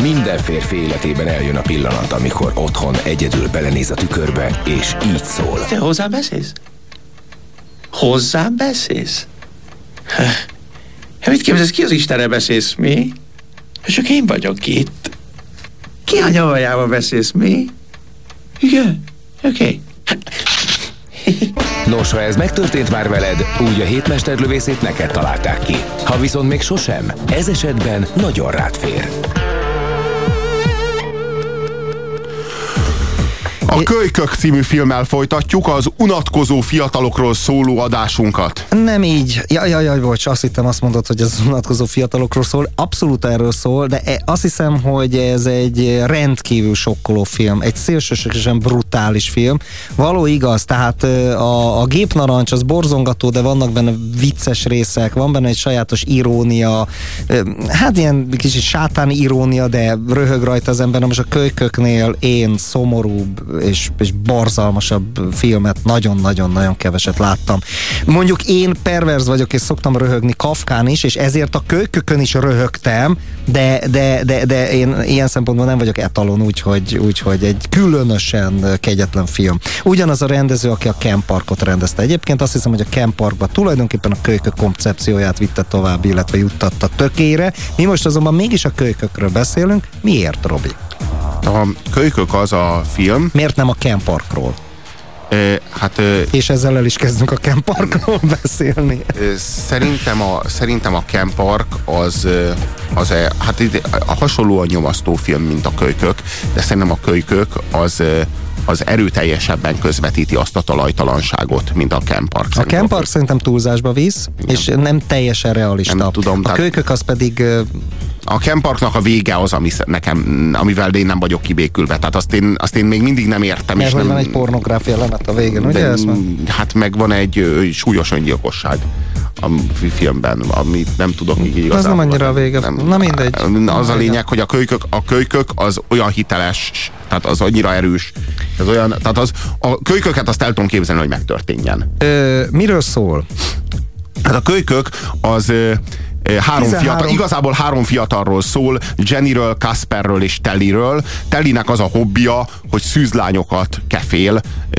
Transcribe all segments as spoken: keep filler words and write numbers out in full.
Minden férfi életében eljön a pillanat, amikor otthon egyedül belenéz a tükörbe, és így szól. Te hozzám beszélsz? Hozzám beszélsz? Hát mit képzelsz, ki az Istenre beszélsz, mi? Csak én vagyok itt. Ki a nyavajába beszélsz, mi? Igen, oké. Okay. Nos, ha ez megtörtént már veled, úgy a hétmesterlövészét neked találták ki. Ha viszont még sosem, ez esetben nagyon rád fér. A Kölykök című filmmel folytatjuk az unatkozó fiatalokról szóló adásunkat. Nem így. Jaj, jaj, jaj, bocs, azt hittem, azt mondod, hogy ez unatkozó fiatalokról szól. Abszolút erről szól, de azt hiszem, hogy ez egy rendkívül sokkoló film. Egy szélsőségesen brutális film. Való igaz, tehát a, a gépnarancs az borzongató, de vannak benne vicces részek, van benne egy sajátos irónia, hát ilyen kicsit sátáni irónia, de röhög rajta az ember. Most a Kölyköknél én szomorúbb és, és borzalmasabb filmet nagyon-nagyon-nagyon keveset láttam. Mondjuk én perverz vagyok, és szoktam röhögni Kafkán is, és ezért a Kölykökön is röhögtem, de, de, de, de én ilyen szempontból nem vagyok etalon, úgyhogy, úgyhogy egy különösen kegyetlen film. Ugyanaz a rendező, aki a Ken Parkot rendezte. Egyébként azt hiszem, hogy a Ken Parkban tulajdonképpen a Kölykök koncepcióját vitte tovább, illetve juttatta tökére. Mi most azonban mégis a Kölykökről beszélünk. Miért, Robi? A Kölykök az a film. Miért nem a Ken Parkról? E, hát, e, és ezzel el is kezdünk a Ken Parkról beszélni. E, szerintem, a, szerintem a Ken Park az, az e, hát a hasonlóan nyomasztó film, mint a Kölykök, de szerintem a Kölykök az az erőteljesebben közvetíti azt a talajtalanságot, mint a Ken Park. A Ken Park szerintem túlzásba visz, igen. És nem teljesen realista. Nem tudom, a Kölykök az pedig... A Ken Parknak a vége az, ami nekem, amivel én nem vagyok kibékülve. Tehát azt én, azt én még mindig nem értem. Mert és hogy nem, van egy pornográf jelenet a végén, ugye? De, hát meg van egy ö, súlyos öngyilkosság a filmben, amit nem tudok így igazából. Az nem annyira a vége. Nem, na mindegy. Az a lényeg, hogy a Kölykök, a Kölykök az olyan hiteles, tehát az annyira erős. Ez olyan, tehát az, a Kölyköket azt el tudom képzelni, hogy megtörténjen. Ö, miről szól? Hát a Kölykök az... Három fiatal, igazából három fiatalról szól, Jennyről, Kasperről és Tellyről. Tellynek az a hobbija, hogy szűzlányokat kefél,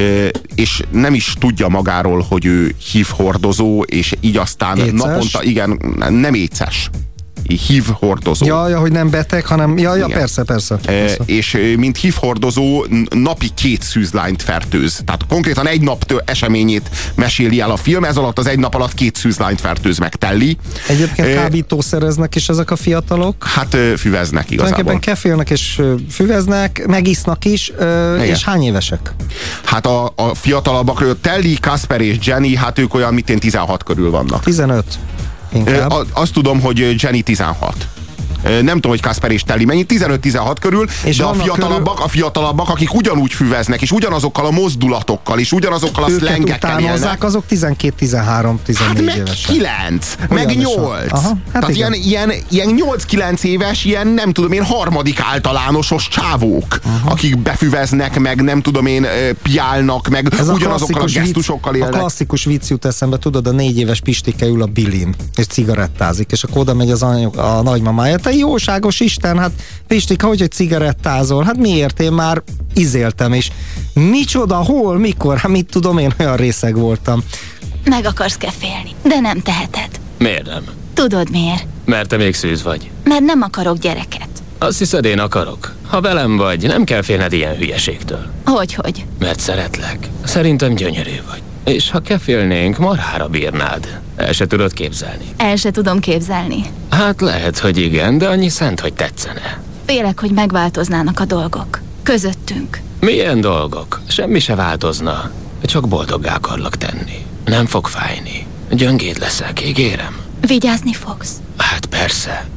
és nem is tudja magáról, hogy ő hívhordozó, és így aztán éces? naponta, igen, nem éces. hívhordozó. Ja, ja, hogy nem beteg, hanem, ja, ja, persze, persze, persze. E, és mint hívhordozó napi két szűzlányt fertőz. Tehát konkrétan egy nap eseményét meséli el a film, ez alatt az egy nap alatt két szűzlányt fertőz meg Telly. Egyébként e, kábítószereznek is ezek a fiatalok. Hát füveznek igazából. Tulajdonképpen kefélnek és füveznek, megisznak is, és hány évesek? Hát a, a fiatalabbakról Telly, Kasper és Jenny, hát ők olyan, mint én tizenhat körül vannak. tizenöt. Inkább. Azt tudom, hogy Jenny tizenhat. Nem tudom, hogy Kasper és Telly mennyi, tizenöt-tizenhat körül, és de a fiatalabbak, körül... a fiatalabbak, akik ugyanúgy füveznek, és ugyanazokkal a mozdulatokkal, és ugyanazokkal a szlengekkel élnek. Azok tizenkét, tizenhárom, tizennégy hát évesek. meg kilenc, meg nyolc. Aha, hát tehát ilyen, ilyen, ilyen nyolc-kilenc éves, ilyen nem tudom én, harmadik általánosos csávók, aha, akik befüveznek, meg nem tudom én, piálnak, meg ez ugyanazokkal a, a gesztusokkal vicc, élnek. A klasszikus vicc jut eszembe, tudod, a négy éves Pistike ül a bilin, és cigarettázik, és akkor oda megy az anyuk, a nagymamája, te jóságos Isten, hát Pistika, hogy egy cigarettázol? Hát miért? Én már izéltem is. Micsoda, hol, mikor? Hát mit tudom, én olyan részeg voltam. Meg akarsz kefélni, de nem teheted. Miért nem? Tudod miért? Mert te még szűz vagy. Mert nem akarok gyereket. Azt hiszed, én akarok. Ha velem vagy, nem kell félned ilyen hülyeségtől. Hogyhogy? Mert szeretlek. Szerintem gyönyörű vagy. És ha kefélnénk, marhára bírnád. El se tudod képzelni. El se tudom képzelni. Hát lehet, hogy igen, de annyi szent, hogy tetszene. Félek, hogy megváltoznának a dolgok. Közöttünk. Milyen dolgok? Semmi se változna. Csak boldoggá akarlak tenni. Nem fog fájni. Gyöngéd leszek, ígérem. Vigyázni fogsz? Hát persze.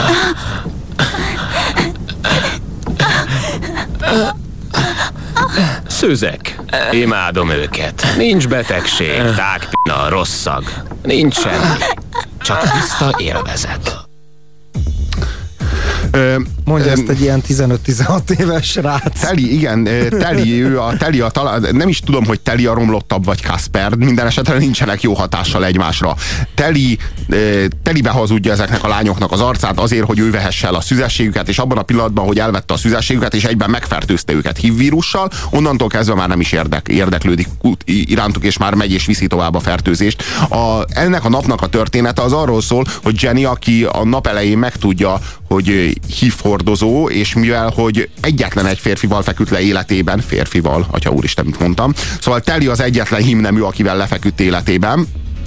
Szüzek. Imádom őket. Nincs betegség, tágpina, rossz szag. Nincs semmi. Csak tiszta élvezet. Mondja ezt egy ilyen tizenöt-tizenhat éves rác. Teli, igen, Teli, ő a Teli a talán, nem is tudom, hogy Teli a romlottabb vagy Kasper, minden esetre nincsenek jó hatással egymásra. Teli, Telibe hazudja ezeknek a lányoknak az arcát azért, hogy ő vehesse el a szüzességüket, és abban a pillanatban, hogy elvette a szüzességüket, és egyben megfertőzte őket hív vírussal, onnantól kezdve már nem is érdek, érdeklődik irántuk, és már megy és viszi tovább a fertőzést. A, ennek a napnak a története az arról szól, hogy Jenny, aki a nap elején megtudja, hogy hívhordozó, és mivel, hogy egyetlen egy férfival feküdt le életében, férfival, atya úristen, mit mondtam, szóval Teli az egyetlen hímnemű, akivel lefeküdt életében,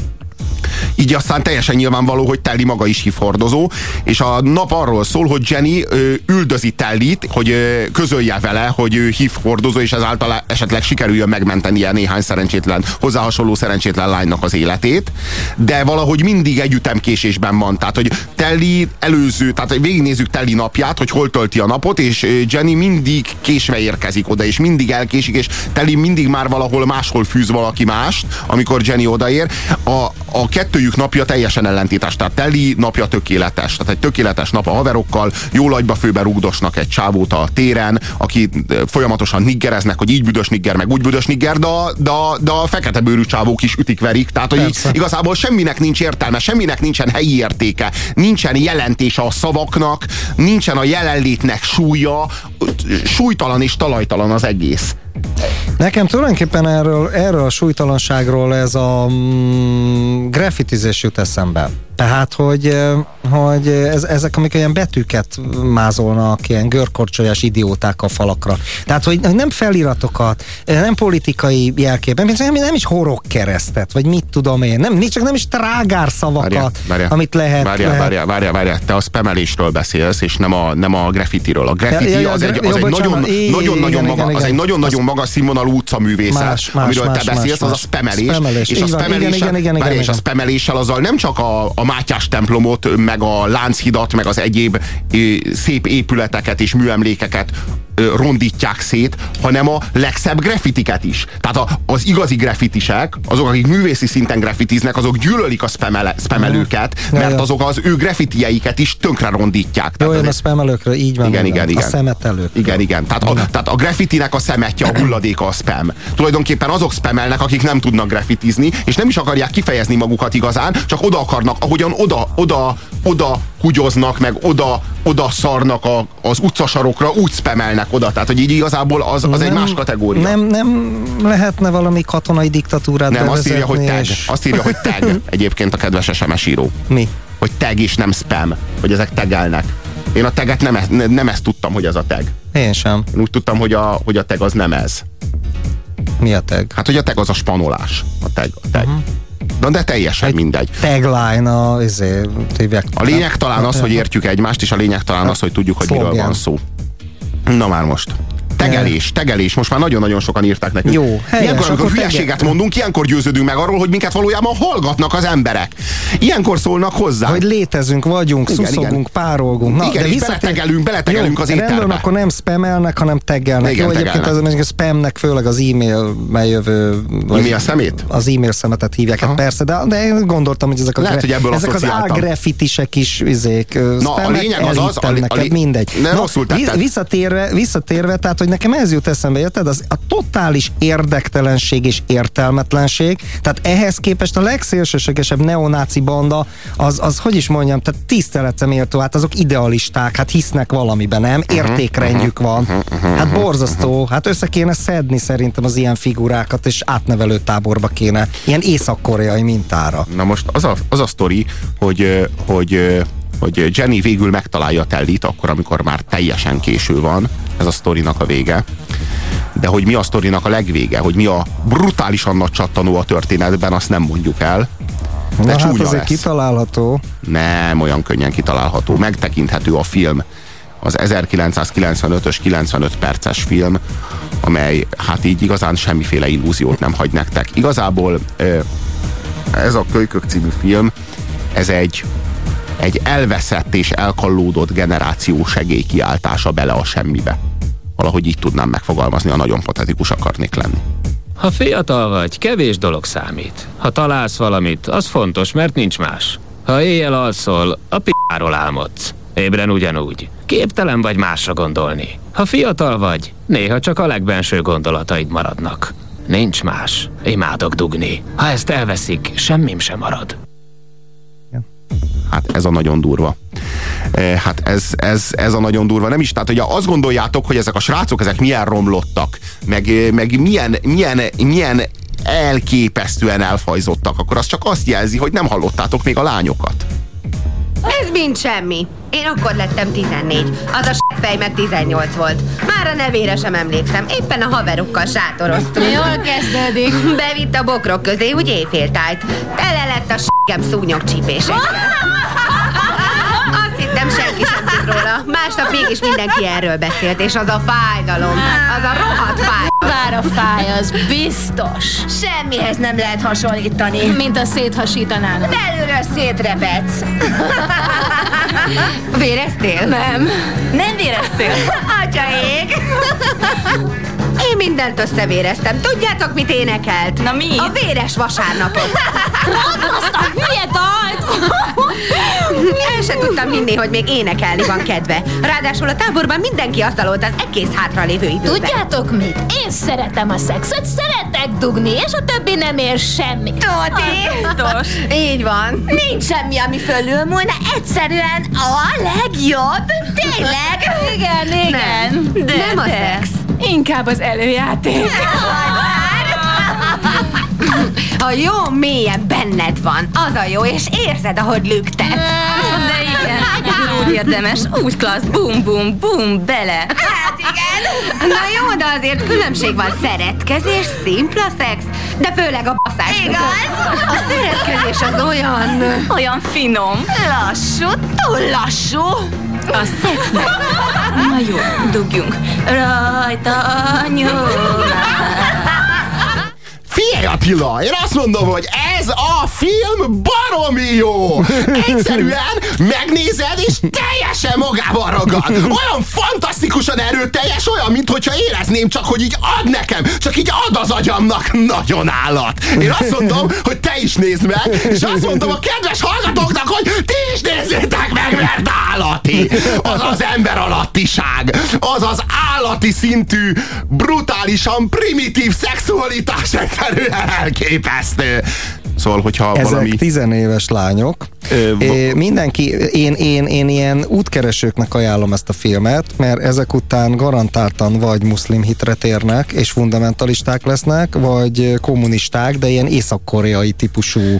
így aztán teljesen nyilvánvaló, hogy Teli maga is hívhordozó, és a nap arról szól, hogy Jenny ö, üldözi Tellit, hogy ö, közölje vele, hogy ő hívhordozó, és ezáltal esetleg sikerüljön megmentenie néhány szerencsétlen, hozzá hasonló szerencsétlen lánynak az életét, de valahogy mindig egy ütemkésésben van. Tehát, hogy Telly előző, tehát hogy végignézzük Telly napját, hogy hol tölti a napot, és Jenny mindig késve érkezik oda, és mindig elkésik, és Telly mindig már valahol máshol fűz valaki mást, amikor Jenny odaér. A, a kettőjük napja teljesen ellentétes, tehát Telly napja tökéletes, tehát egy tökéletes nap a haverokkal, jól agyba főbe rúgdosnak egy csávót a téren, aki folyamatosan niggereznek, hogy így büdös nigger, meg úgy büdös nigger, de, de, de a fekete bőrű csávók is ütik-verik, tehát hogy így, igazából semminek nincs értelme, semminek nincsen helyi értéke, nincsen jelentése a szavaknak, nincsen a jelenlétnek súlya, súlytalan és talajtalan az egész. Nekem tulajdonképpen erről, erről a súlytalanságról ez a mm, graffitizés jut eszembe. Tehát, hogy, hogy ez, ezek, amik olyan betűket mázolnak, ilyen görkorcsolyás idióták a falakra. Tehát, hogy nem feliratokat, nem politikai jelképpen, nem, nem is horogkeresztet, vagy mit tudom én, nem, csak nem is trágár szavakat, várjál, várjál, amit lehet... Várjál, lehet. várjál, várjál, várjál, te a spamelésről beszélsz, és nem a, nem a graffitiről. A graffiti ja, ja, az, egy, az, jó, egy nagyon, nagyon, nagyon maga, igen, az egy nagyon-nagyon magas színvonalú utcaművészet, más, más, amiről más, te beszélsz, más, az a spamelés. spamelés. És, a spameléssel, igen, igen, és a spameléssel azzal nem csak a, a Mátyás templomot, meg a Lánchidat, meg az egyéb szép épületeket és műemlékeket rondítják szét, hanem a legszebb graffitiket is. Tehát a, az igazi graffitisek, azok, akik művészi szinten graffitiznek, azok gyűlölik a spamele, spamelőket, mert azok az ő graffitieiket is tönkre rondítják. Jó, én a spamelőkről, így van. Igen, igen, igen. A szemetelők. Igen, igen. Tehát a, tehát a graffitinek a szemetje, a hulladéka a spam. Tulajdonképpen azok spamelnek, akik nem tudnak graffitizni, és nem is akarják kifejezni magukat igazán, csak oda akarnak, ahogyan oda, oda, oda húgyoznak, meg oda, oda szarnak a, az utcasarokra, úgy spamelnek oda. Tehát, hogy így igazából az, az nem, egy más kategória. Nem, nem lehetne valami katonai diktatúrát nem, azt írja, hogy tag. És... Azt írja, hogy tag egyébként a kedves es em es író. Mi? Hogy tag és nem spam. Hogy ezek tagelnek. Én a taget nem, nem ezt tudtam, hogy ez a tag. Én sem. Én úgy tudtam, hogy a, hogy a tag az nem ez. Mi a tag? Hát, hogy a tag az a spanolás. A tag. A tag. Uh-huh. De, de teljesen egy mindegy. Tagline, a, ezért, a lényeg talán az, hogy értjük egymást, és a lényeg talán az, hogy tudjuk, hogy miről van szó. Na már most. Tegelés, tegelés, most már nagyon-nagyon sokan írták nekünk. Jó, helyes, ilyenkor, amikor hülyeséget tegel... mondunk, ilyenkor győződünk meg arról, hogy minket valójában hallgatnak az emberek. Ilyenkor szólnak hozzá. Hogy létezünk, vagyunk, igen, szuszogunk, igen. párolgunk. Na, igen, de és visszatér... beletegelünk, beletegelünk jó, az étterbe. Rendben, akkor nem spamelnek, hanem tegelnek. Igen, jó, egyébként az, a spamnek főleg az e-mail jövő... E-mail szemét? Az e-mail szemetet hívják, hát persze, de, de én gondoltam, hogy ezek, a Lehet, gre... hogy ezek az ágraffitisek is izék, na, a lényeg az az, a, neked, a, a, mindegy. Ne, na, rosszul tetted. Visszatérve, visszatérve, tehát, hogy nekem ez jut eszembe, érted? Az a totális érdektelenség és értelmetlenség, tehát ehhez képest a legszélsőségesebb neonáci banda, az, az hogy is mondjam, tehát tiszteletre méltó, hát azok idealisták, hát hisznek valamiben, nem? Értékrendjük van. Hát borzasztó, hát össze kéne szedni szerintem az ilyen figurákat, és átnevelő táborba kéne, ilyen észak-koreai mintára. Na most az a, az a sztori, hogy, hogy hogy Jenny végül megtalálja Tellyt, akkor, amikor már teljesen késő van, ez a sztorinak a vége. De hogy mi a sztorinak a legvége, hogy mi a brutálisan nagy csattanó a történetben, azt nem mondjuk el. De na csúnya hát azért lesz. Kitalálható. Nem olyan könnyen kitalálható. Megtekinthető a film. Az ezerkilencszázkilencvenötös kilencvenöt perces film, amely hát így igazán semmiféle illúziót nem hagy nektek. Igazából ez a Kölykök című film, ez egy egy elveszett és elkallódott generáció segélykiáltása bele a semmibe. Valahogy így tudnám megfogalmazni, ha nagyon patetikus akarnék lenni. Ha fiatal vagy, kevés dolog számít. Ha találsz valamit, az fontos, mert nincs más. Ha éjjel alszol, a p***ról álmodsz. Ébren ugyanúgy. Képtelen vagy másra gondolni. Ha fiatal vagy, néha csak a legbenső gondolataid maradnak. Nincs más. Imádok dugni. Ha ezt elveszik, semmim sem marad. Hát ez a nagyon durva. Hát ez, ez, ez a nagyon durva. Nem is, tehát hogy azt gondoljátok, hogy ezek a srácok, ezek milyen romlottak, meg, meg milyen, milyen, milyen elképesztően elfajzottak, akkor az csak azt jelzi, hogy nem hallottátok még a lányokat. Ez mind semmi. Én akkor lettem tizennégy. Az a s**fej meg tizennyolc volt. Már a nevére sem emlékszem. Éppen a haverokkal sátoroztunk. Jól kezdődik. Bevitt a bokrok közé, úgy éjféltájt. Tele lett a s**gem szúnyog csípésekkel. Azt hittem, senki sem tud róla. Másnap mégis mindenki erről beszélt, és az a fájdalom, az a rohadt fájdalom. Bár a fáj, az biztos. Semmihez nem lehet hasonlítani. Mint a széthasítanának. Belülről szétrepedsz. Véreztél? Nem. Nem véreztél? Atyaég! Én mindent összevéreztem. Tudjátok, mit énekelt? Na mi? A véres vasárnapot. Azt a hülye dalt! El sem tudtam hinni, hogy még énekelni van kedve. Ráadásul a táborban mindenki asztalolt az egész hátralévő időben. Tudjátok mit? Én szeretem a szexet, szeretek dugni, és a többi nem ér semmit. Tóti! Biztos. Így van. Nincs semmi, ami fölülmúlna. Egyszerűen a legjobb. Tényleg? Igen, igen. De, nem a szex. Inkább az előjáték. Ha jó mélyen benned van, az a jó, és érzed, ahogy lüktet. De igen, úgy érdemes, úgy klassz, bum, bum, bum, bele. Hát igen. Na jó, de azért különbség van szeretkezés, szimpla szex, de főleg a baszás. Igaz? A szeretkezés az olyan... Olyan finom. Lassú, túl lassú. A szexnek. Na jó, dugjunk. Rajta a nyomás. Figyelj Attila, én azt mondom, hogy ez a film baromi jó! Egyszerűen megnézed, és teljesen magában ragad. Olyan fantasztikusan erőteljes, olyan, mintha érezném csak, hogy így ad nekem, csak így ad az agyamnak. Nagyon állat. Én azt mondom, hogy te is nézd meg, és azt mondom a kedves hallgatóknak, hogy ti is nézzétek meg, mert állati. Az az ember alattiság. Az az állati szintű, brutálisan primitív szexualitás, egyszerűen elképesztő. Szóval, hogyha ezek valami... tizenéves lányok. Ö, é, mindenki, én, én, én ilyen útkeresőknek ajánlom ezt a filmet, mert ezek után garantáltan vagy muszlim hitre térnek, és fundamentalisták lesznek, vagy kommunisták, de ilyen észak-koreai típusú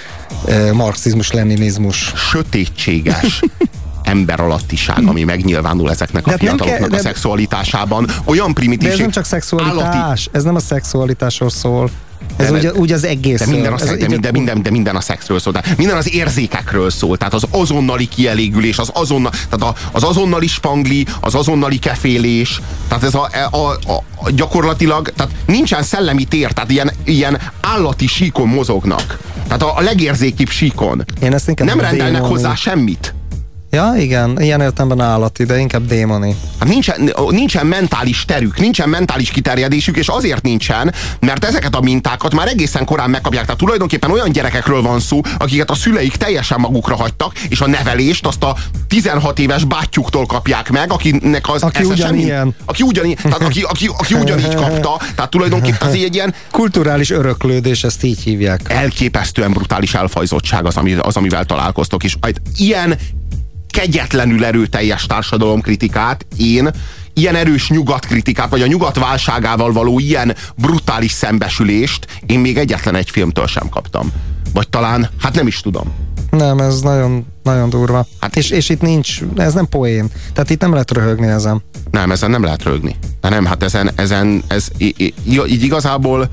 eh, marxizmus-leninizmus. Sötétséges emberalattiság, ami megnyilvánul ezeknek a de fiataloknak ke- a szexualitásában. Olyan primitív. De ez nem csak szexualitás, állati... ez nem a szexualitásról szól. Ez de, ugye, ugye az egész. De minden, a szex, de, minden, minden, de minden a szexről szól. Tehát minden az érzékekről szól. Tehát az azonnali kielégülés, az, azonnal, tehát az azonnali spangli, az azonnali kefélés. Tehát ez a, a, a, a gyakorlatilag, tehát nincsen szellemi tér, tehát ilyen, ilyen állati síkon mozognak. Tehát a, a legérzékibb síkon. Én ezt inkább nem rendelnek démoni. hozzá semmit. Ja, igen, ilyen értelemben állati, de inkább démoni. Hát nincsen, nincsen mentális terük, nincsen mentális kiterjedésük, és azért nincsen, mert ezeket a mintákat már egészen korán megkapják. Tehát tulajdonképpen olyan gyerekekről van szó, akiket a szüleik teljesen magukra hagytak, és a nevelést azt a tizenhat éves bátyjuktól kapják meg, akinek az aki ugyanilyen. Aki ugyanilyen, tehát aki, aki, aki ugyanígy kapta, tehát tulajdonképpen az egy ilyen kulturális öröklődés, ezt így hívják. Elképesztően brutális elfajzottság az, ami, az amivel találkoztok, és ilyen kegyetlenül erőteljes társadalomkritikát én, ilyen erős nyugatkritikát, vagy a nyugat válságával való ilyen brutális szembesülést én még egyetlen egy filmtől sem kaptam. Vagy talán, hát nem is tudom. Nem, ez nagyon, nagyon durva. Hát és, és itt nincs, ez nem poén. Tehát itt nem lehet röhögni ezen. Nem, ezen nem lehet röhögni. De nem, hát ezen, ezen ez így, így igazából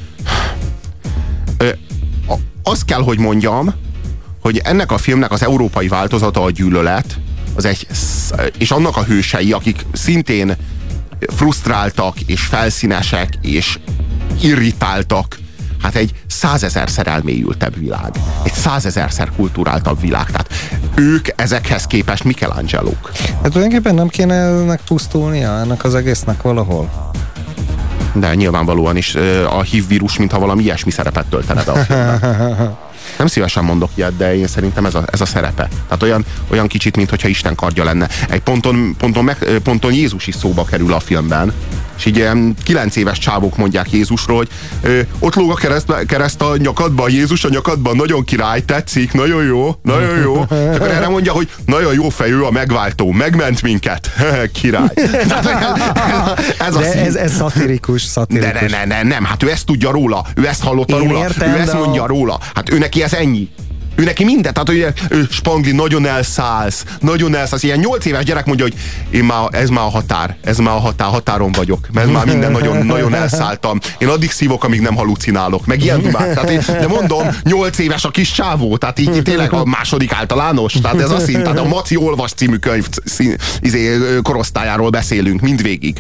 azt kell, hogy mondjam, hogy ennek a filmnek az európai változata a gyűlölet, az egy, és annak a hősei, akik szintén frusztráltak, és felszínesek, és irritáltak, hát egy százezerszer elmélyültebb világ. Egy százezerszer kulturáltabb világ. Tehát ők ezekhez képest Michelangelo-k. Hát tulajdonképpen nem kéne ennek pusztulnia, ennek az egésznek valahol? De nyilvánvalóan is a hív vírus, mintha valami ilyesmi szerepet töltene be a filmben. Nem szívesen mondok ilyet, de én szerintem ez a, ez a szerepe. Tehát olyan, olyan kicsit, mintha Isten kardja lenne. Egy ponton, ponton, meg, ponton Jézus is szóba kerül a filmben, és így ilyen kilenc éves csávók mondják Jézusról, hogy ö, ott lóg a kereszt, kereszt a nyakadban, Jézus a nyakadban, nagyon király, tetszik, nagyon jó, nagyon jó. És akkor erre mondja, hogy nagyon jó fejű a megváltó, megment minket, király. ez, a de ez, ez szatirikus, szatirikus. De ne, ne, ne, nem, hát ő ezt tudja róla, ő ezt hallotta Én róla, értem, ő ezt mondja a... róla. Hát ő neki ez ennyi. Ő neki mindent, tehát hogy ő, Spangli, nagyon elszállsz, nagyon elszállsz. Ilyen nyolc éves gyerek mondja, hogy én már, ez már a határ, ez már a határ, határon vagyok, mert már minden nagyon, nagyon elszálltam. Én addig szívok, amíg nem halucinálok, meg ilyen dumák. Tehát én, de mondom, nyolc éves a kis csávó, tehát így tényleg a második általános, tehát ez a szint, tehát a Maci Olvas című könyv szín, izé, korosztályáról beszélünk mindvégig.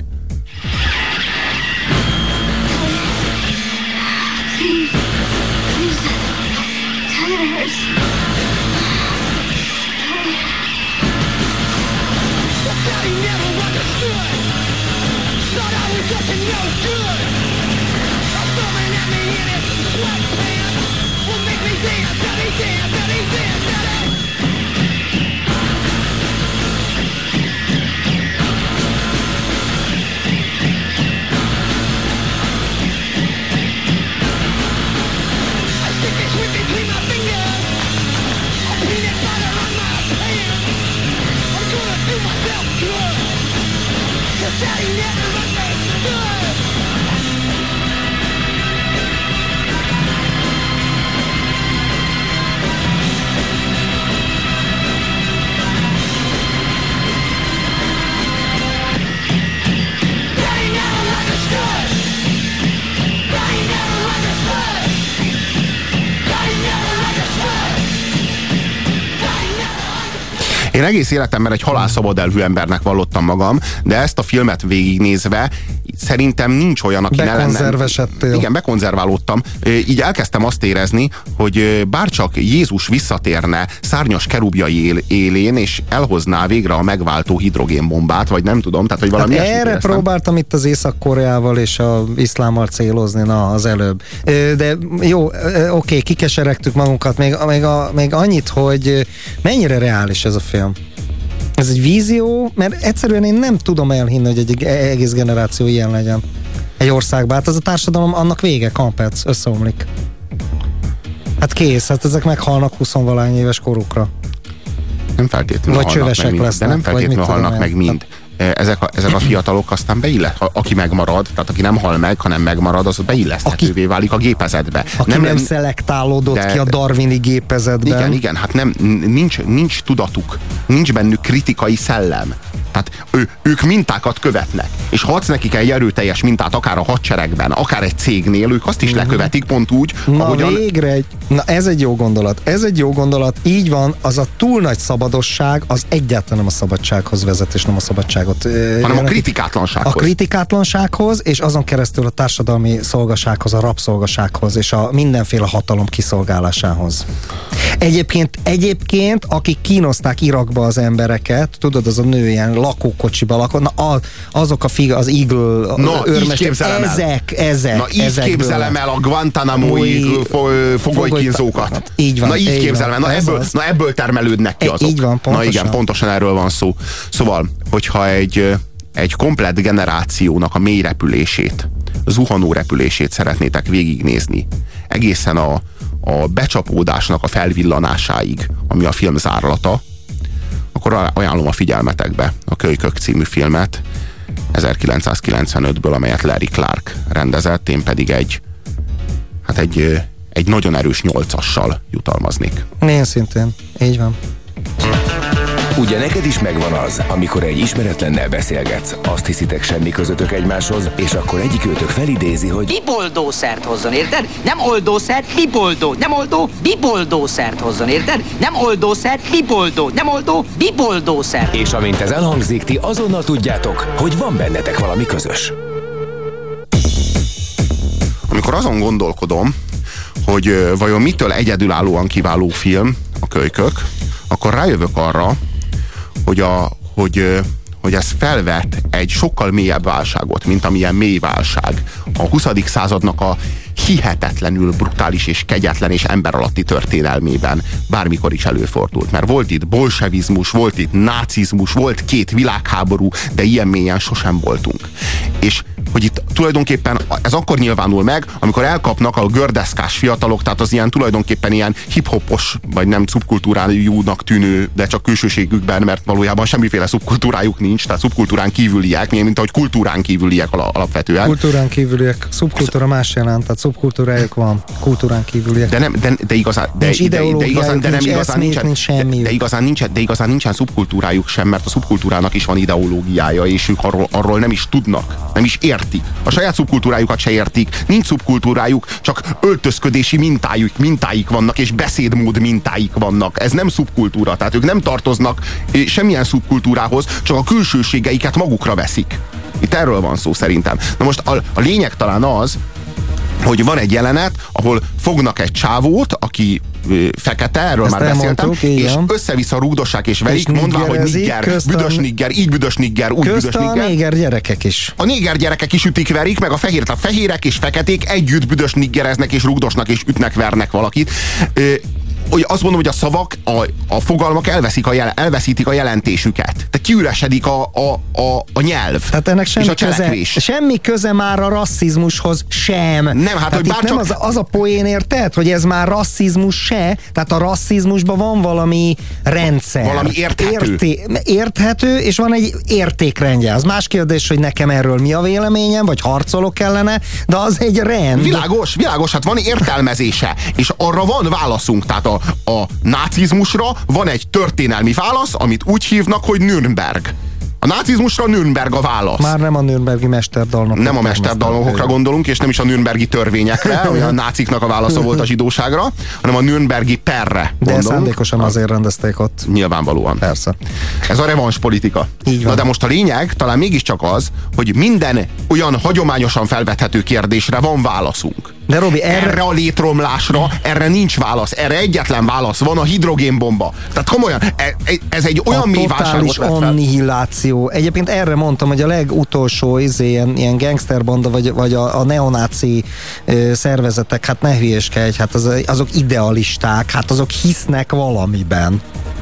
Én egész életemben egy halálszabad elvű embernek vallottam magam, de ezt a filmet végignézve szerintem nincs olyan, aki ne lenne... Bekonzervesedtél. Igen, bekonzerválódtam. Így elkezdtem azt érezni, hogy bárcsak Jézus visszatérne szárnyas kerubjai él, élén, és elhozná végre a megváltó hidrogénbombát, vagy nem tudom, tehát hogy valami hát erre éreztem. Próbáltam itt az Észak-Koreával és a iszlámmal célozni, na, az előbb. De jó, oké, kikeseregtük magunkat, még, még, a, még annyit, hogy mennyire reális ez a film. Ez egy vízió, mert egyszerűen én nem tudom elhinni, hogy egy egész generáció ilyen legyen egy országban. Hát ez a társadalom, annak vége, kampec, összeomlik. Hát kész, hát ezek meghalnak huszonvalány éves korukra. Nem feltétlenül vagy halnak meg mind, lesznek, de nem feltétlenül halnak meg mind. Ezek a, ezek a fiatalok aztán beillet, aki megmarad, tehát aki nem hal meg, hanem megmarad, az beilleszthetővé válik a gépezetbe. Aki nem, nem szelektálódott de, ki a darwini gépezetben. Igen, igen, hát nem, nincs, nincs tudatuk, nincs bennük kritikai szellem. Tehát ő, ők mintákat követnek. És ha adsz nekik egy erőteljes mintát, akár a hadseregben, akár egy cégnél, ők azt is mm-hmm. lekövetik pont úgy, na, ahogyan... végre egy... Na ez egy jó gondolat. Ez egy jó gondolat. Így van, az a túl nagy szabadosság, az egyáltalán nem a szabadsághoz vezet, és nem a szabadságot... Hanem a kritikátlansághoz. A kritikátlansághoz, és azon keresztül a társadalmi szolgasághoz, a rabszolgasághoz, és a mindenféle hatalom kiszolgálásához. Egyébként, egyébként akik kínozták Irakba az embereket, tudod, az a nő ilyen lakókocsiba lakott, na azok a fig, az Eagle no, őrmester, ezek, ezek. Na így képzelem el a Guantanamo-i fogolykínzókat. Így van. Na így képzelem el, na ebből, na ebből termelődnek ki azok. Így van, pontosan. Na igen, pontosan erről van szó. Szóval, hogyha egy, egy komplett generációnak a mély repülését, zuhanó repülését szeretnétek végignézni, egészen a, a becsapódásnak a felvillanásáig, ami a film zárlata, akkor ajánlom a figyelmetekbe a Kölykök című filmet ezerkilencszázkilencvenötből, amelyet Larry Clark rendezett, én pedig egy hát egy, egy nagyon erős nyolcassal jutalmaznék. Én szintén, így van. Ugye neked is megvan az, amikor egy ismeretlennel beszélgetsz, azt hiszitek semmi közöttök egymáshoz, és akkor egyik őtök felidézi, hogy biboldószert hozzon, érted? Nem oldószert, biboldó, nem oldó, biboldószert hozzon, érted? Nem oldószert, biboldó, nem oldó, biboldószert. És amint ez elhangzik, ti azonnal tudjátok, hogy van bennetek valami közös. Amikor azon gondolkodom, hogy vajon mitől egyedülállóan kiváló film a Kölykök, akkor rájövök arra, hogy, a, hogy, hogy ez felvet egy sokkal mélyebb válságot, mint amilyen mély válság a huszadik századnak a hihetetlenül brutális és kegyetlen és emberalatti történelmében bármikor is előfordult. Mert volt itt bolsevizmus, volt itt nácizmus, volt két világháború, de ilyen mélyen sosem voltunk. És hogy itt tulajdonképpen ez akkor nyilvánul meg, amikor elkapnak a gördeszkás fiatalok, tehát az ilyen tulajdonképpen ilyen hip-hopos, vagy nem szubkultúrájúnak tűnő, de csak külsőségükben, mert valójában semmiféle szubkultúrájuk nincs, tehát szubkultúrán kívüliek, mint ahogy kultúrán kívüliek alapvetően. Kultúrán kívüliek, szubkultúra más jelent, tehát szubkultúrájuk van, kultúrán kívüliek. De nem, de, de igazán, de, nincs de, de igazán, de nem nincs igazán eszmét, nincsen, nincs semmi. De, de, igazán nincsen, de igazán nincsen szubkultúrájuk sem, mert a szubkultúrának is van ideológiája, és ők arról, arról nem is tudnak, nem is értik. A saját szubkultúrájukat se értik, nincs szubkultúrájuk, csak öltözködési mintájuk, mintáik vannak, és beszédmód mintáik vannak. Ez nem szubkultúra, tehát ők nem tartoznak semmilyen szubkultúrához, csak a külsőségeiket magukra veszik. Itt erről van szó szerintem. Na most a, a lényeg talán az, hogy van egy jelenet, ahol fognak egy csávót, aki ö, fekete, erről ezt már beszéltem, és igen. össze-vissza rúgdossák és verik, és mondván, hogy nigger, büdös nigger, így büdös nigger, úgy büdös nigger. Közt a néger gyerekek is. A néger gyerekek is ütik, verik, meg a fehér, a fehérek és feketék együtt büdös niggereznek és rúgdosnak és ütnek, vernek valakit. Ö, hogy azt mondom, hogy a szavak, a, a fogalmak elveszik a jel, elveszítik a jelentésüket. Tehát kiüresedik a, a, a, a nyelv. Tehát ennek semmi és a cselekvés. Köze, semmi köze már a rasszizmushoz sem. Nem, hát tehát hogy bár nem csak... az, az a poén, érted, hogy ez már rasszizmus se, tehát a rasszizmusban van valami rendszer. Valami érthető. Érté, érthető, és van egy értékrendje. Az más kérdés, hogy nekem erről mi a véleményem, vagy harcolok ellene, de az egy rend. Világos, világos, hát van értelmezése, és arra van válaszunk, tehát a a nácizmusra van egy történelmi válasz, amit úgy hívnak, hogy Nürnberg. A nácizmusra Nürnberg a válasz. Már nem a nürnbergi mesterdalnokokra. Nem a mesterdalnokokra gondolunk, és nem is a nürnbergi törvényekre, ami a náciknak a válasza volt a zsidóságra, hanem a nürnbergi perre gondolunk. De szándékosan a... azért rendezték ott. Nyilvánvalóan. Persze. Ez a revans politika. Így van. Na de most a lényeg talán mégiscsak az, hogy minden olyan hagyományosan felvethető kérdésre van válaszunk. De Robi, erre... erre a létromlásra, erre nincs válasz. Erre egyetlen válasz van, a hidrogénbomba. Tehát komolyan, ez egy olyan mély válságot vett fel. Annihiláció. Egyébként erre mondtam, hogy a legutolsó izé, ilyen, ilyen gangsterbanda, vagy, vagy a, a neonáci ö, szervezetek, hát ne hülyeskedj, hát az, azok idealisták, hát azok hisznek valamiben.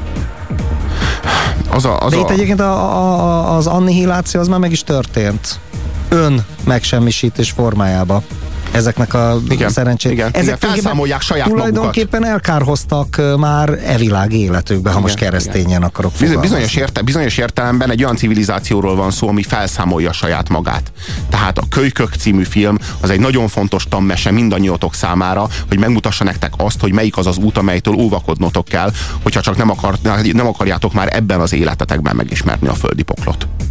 Az a, az De itt a... egyébként a, a, az annihiláció az már meg is történt. Ön megsemmisítés formájába. Ezeknek a szerencsét. Igen, Ezek igen, felszámolják saját tulajdonképpen magukat. elkárhoztak már e világ életükbe, ha igen, most keresztényen igen. akarok fogalmazni. Bizonyos, érte, bizonyos értelemben egy olyan civilizációról van szó, ami felszámolja saját magát. Tehát a Kölykök című film az egy nagyon fontos tanmese mindannyiótok számára, hogy megmutassa nektek azt, hogy melyik az az út, amelytől óvakodnotok kell, hogyha csak nem, akar, nem akarjátok már ebben az életetekben megismerni a földi poklot.